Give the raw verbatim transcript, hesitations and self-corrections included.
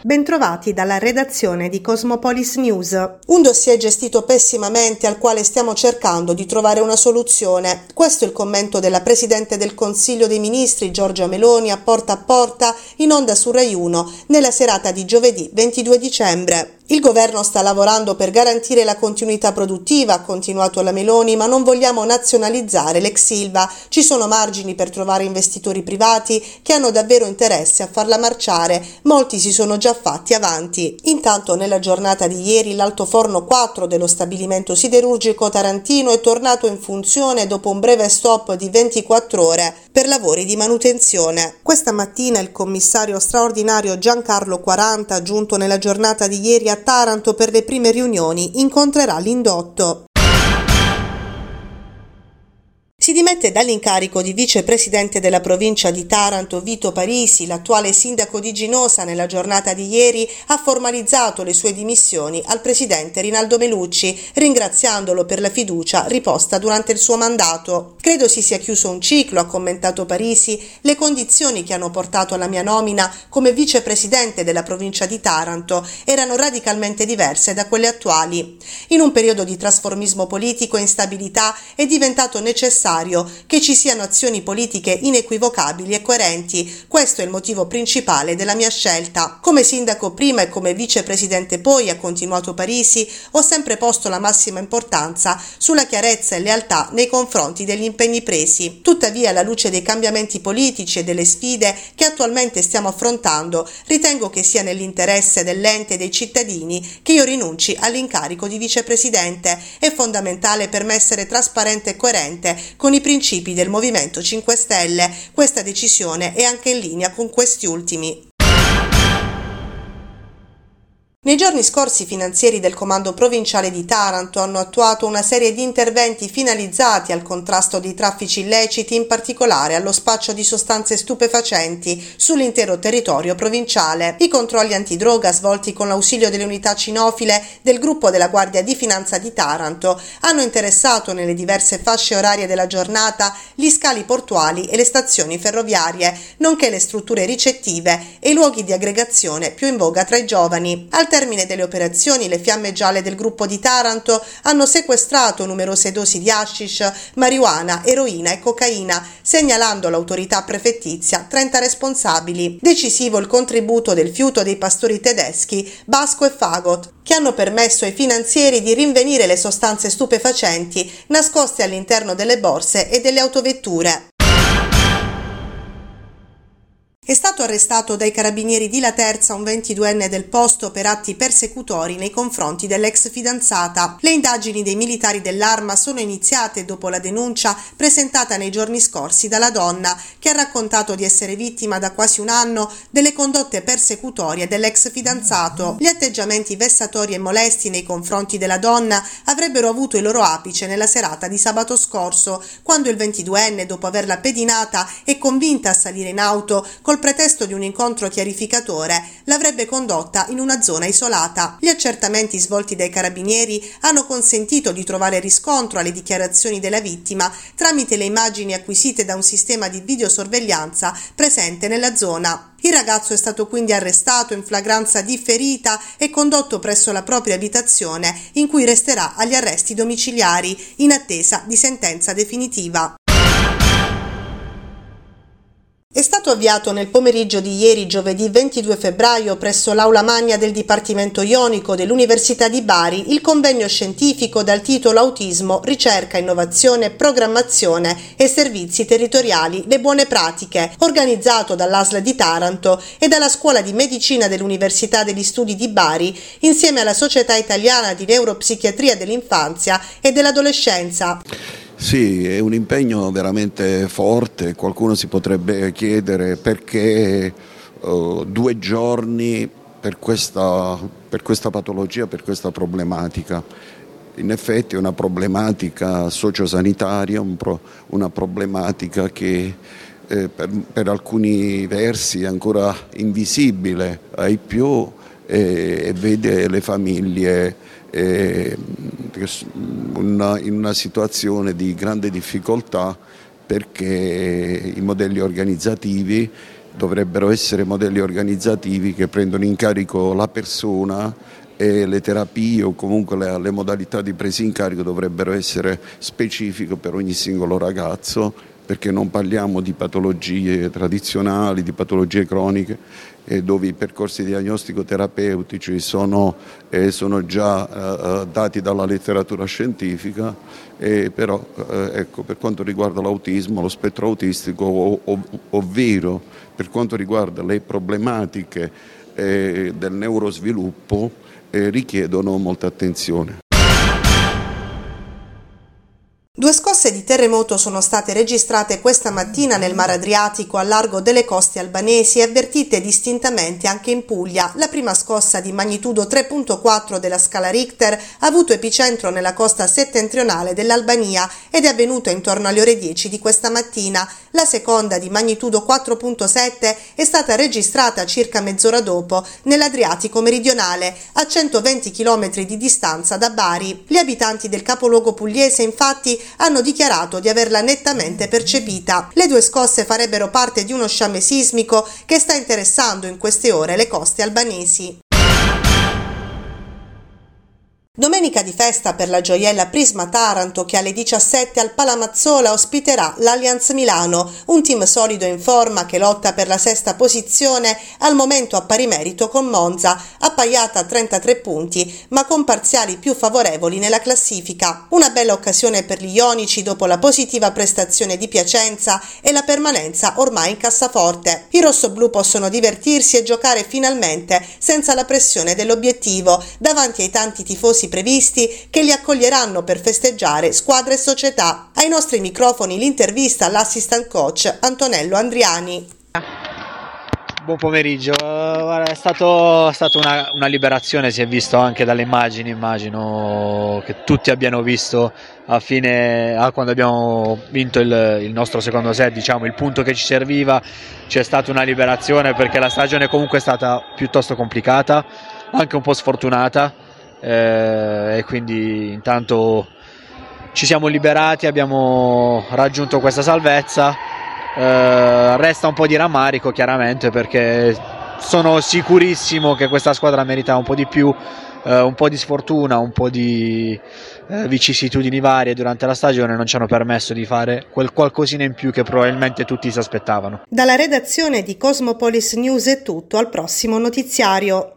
Bentrovati dalla redazione di Cosmopolis News. Un dossier gestito pessimamente al quale stiamo cercando di trovare una soluzione. Questo è il commento della Presidente del Consiglio dei Ministri Giorgia Meloni a Porta a Porta in onda su Rai uno nella serata di giovedì ventidue dicembre. Il governo sta lavorando per garantire la continuità produttiva, ha continuato la Meloni, ma non vogliamo nazionalizzare l'ex Ilva. Ci sono margini per trovare investitori privati che hanno davvero interesse a farla marciare. Molti si sono già fatti avanti. Intanto nella giornata di ieri l'altoforno quattro dello stabilimento siderurgico tarantino è tornato in funzione dopo un breve stop di ventiquattro ore per lavori di manutenzione. Questa mattina il commissario straordinario Giancarlo Quaranta, giunto nella giornata di ieri a Taranto per le prime riunioni, incontrerà l'indotto. Si dimette dall'incarico di vicepresidente della provincia di Taranto Vito Parisi. L'attuale sindaco di Ginosa nella giornata di ieri ha formalizzato le sue dimissioni al presidente Rinaldo Melucci, ringraziandolo per la fiducia riposta durante il suo mandato. Credo si sia chiuso un ciclo, ha commentato Parisi. Le condizioni che hanno portato alla mia nomina come vicepresidente della provincia di Taranto erano radicalmente diverse da quelle attuali. In un periodo di trasformismo politico e instabilità è diventato necessario che ci siano azioni politiche inequivocabili e coerenti. Questo è il motivo principale della mia scelta. Come sindaco prima e come vicepresidente poi, ha continuato Parisi, ho sempre posto la massima importanza sulla chiarezza e lealtà nei confronti degli impegni presi. Tuttavia, alla luce dei cambiamenti politici e delle sfide che attualmente stiamo affrontando, ritengo che sia nell'interesse dell'ente e dei cittadini che io rinunci all'incarico di vicepresidente. È fondamentale per me essere trasparente e coerente con i principi del Movimento cinque Stelle. Questa decisione è anche in linea con questi ultimi. Nei giorni scorsi i finanzieri del Comando Provinciale di Taranto hanno attuato una serie di interventi finalizzati al contrasto di traffici illeciti, in particolare allo spaccio di sostanze stupefacenti sull'intero territorio provinciale. I controlli antidroga svolti con l'ausilio delle unità cinofile del gruppo della Guardia di Finanza di Taranto hanno interessato nelle diverse fasce orarie della giornata gli scali portuali e le stazioni ferroviarie, nonché le strutture ricettive e i luoghi di aggregazione più in voga tra i giovani. Al termine delle operazioni, le fiamme gialle del gruppo di Taranto hanno sequestrato numerose dosi di hashish, marijuana, eroina e cocaina, segnalando all'autorità prefettizia trenta responsabili. Decisivo il contributo del fiuto dei pastori tedeschi Basco e Fagot, che hanno permesso ai finanzieri di rinvenire le sostanze stupefacenti nascoste all'interno delle borse e delle autovetture. È stato arrestato dai carabinieri di Laterza un ventiduenne del posto per atti persecutori nei confronti dell'ex fidanzata. Le indagini dei militari dell'Arma sono iniziate dopo la denuncia presentata nei giorni scorsi dalla donna, che ha raccontato di essere vittima da quasi un anno delle condotte persecutorie dell'ex fidanzato. Gli atteggiamenti vessatori e molesti nei confronti della donna avrebbero avuto il loro apice nella serata di sabato scorso, quando il ventiduenne, dopo averla pedinata e convinta a salire in auto, col pretesto di un incontro chiarificatore, l'avrebbe condotta in una zona isolata. Gli accertamenti svolti dai carabinieri hanno consentito di trovare riscontro alle dichiarazioni della vittima tramite le immagini acquisite da un sistema di videosorveglianza presente nella zona. Il ragazzo è stato quindi arrestato in flagranza differita e condotto presso la propria abitazione, in cui resterà agli arresti domiciliari in attesa di sentenza definitiva. È stato avviato nel pomeriggio di ieri, giovedì ventidue febbraio, presso l'Aula Magna del Dipartimento Ionico dell'Università di Bari, il convegno scientifico dal titolo Autismo, ricerca, innovazione, programmazione e servizi territoriali, le buone pratiche, organizzato dall'A S L di Taranto e dalla Scuola di Medicina dell'Università degli Studi di Bari, insieme alla Società Italiana di Neuropsichiatria dell'Infanzia e dell'Adolescenza. Sì, è un impegno veramente forte. Qualcuno si potrebbe chiedere perché uh, due giorni per questa, per questa patologia, per questa problematica. In effetti è una problematica sociosanitaria, un pro, una problematica che eh, per, per alcuni versi è ancora invisibile ai più e, e vede le famiglie eh, una, in una situazione di grande difficoltà, perché i modelli organizzativi dovrebbero essere modelli organizzativi che prendono in carico la persona e le terapie o comunque le, le modalità di presa in carico dovrebbero essere specifiche per ogni singolo ragazzo, perché non parliamo di patologie tradizionali, di patologie croniche, eh, dove i percorsi diagnostico-terapeutici sono, eh, sono già eh, dati dalla letteratura scientifica, eh, però eh, ecco, per quanto riguarda l'autismo, lo spettro autistico, ov- ov- ovvero per quanto riguarda le problematiche eh, del neurosviluppo, eh, richiedono molta attenzione. Due scosse di terremoto sono state registrate questa mattina nel Mar Adriatico a largo delle coste albanesi e avvertite distintamente anche in Puglia. La prima scossa di magnitudo tre virgola quattro della scala Richter ha avuto epicentro nella costa settentrionale dell'Albania ed è avvenuta intorno alle ore dieci di questa mattina. La seconda di magnitudo quattro virgola sette è stata registrata circa mezz'ora dopo nell'Adriatico meridionale, a centoventi chilometri di distanza da Bari. Gli abitanti del capoluogo pugliese infatti hanno dichiarato di averla nettamente percepita. Le due scosse farebbero parte di uno sciame sismico che sta interessando in queste ore le coste albanesi. Domenica di festa per la gioiella Prisma Taranto che alle diciassette al Palamazzola ospiterà l'Allianz Milano, un team solido in forma che lotta per la sesta posizione, al momento a pari merito con Monza, appaiata a trentatré punti, ma con parziali più favorevoli nella classifica. Una bella occasione per gli ionici dopo la positiva prestazione di Piacenza e la permanenza ormai in cassaforte. I rossoblù possono divertirsi e giocare finalmente senza la pressione dell'obiettivo, davanti ai tanti tifosi previsti che li accoglieranno per festeggiare squadra e società. Ai nostri microfoni l'intervista all'assistant coach Antonello Andriani. Buon pomeriggio, uh, è stato, è stata una, una liberazione, si è visto anche dalle immagini, immagino che tutti abbiano visto a fine, a quando abbiamo vinto il, il nostro secondo set, diciamo il punto che ci serviva, c'è stata una liberazione perché la stagione comunque è stata piuttosto complicata, anche un po' sfortunata. Eh, e quindi intanto ci siamo liberati, abbiamo raggiunto questa salvezza, eh, resta un po' di rammarico chiaramente perché sono sicurissimo che questa squadra merita un po' di più, eh, un po' di sfortuna, un po' di eh, vicissitudini varie durante la stagione non ci hanno permesso di fare quel qualcosina in più che probabilmente tutti si aspettavano. Dalla redazione di Cosmopolis News è tutto, al prossimo notiziario.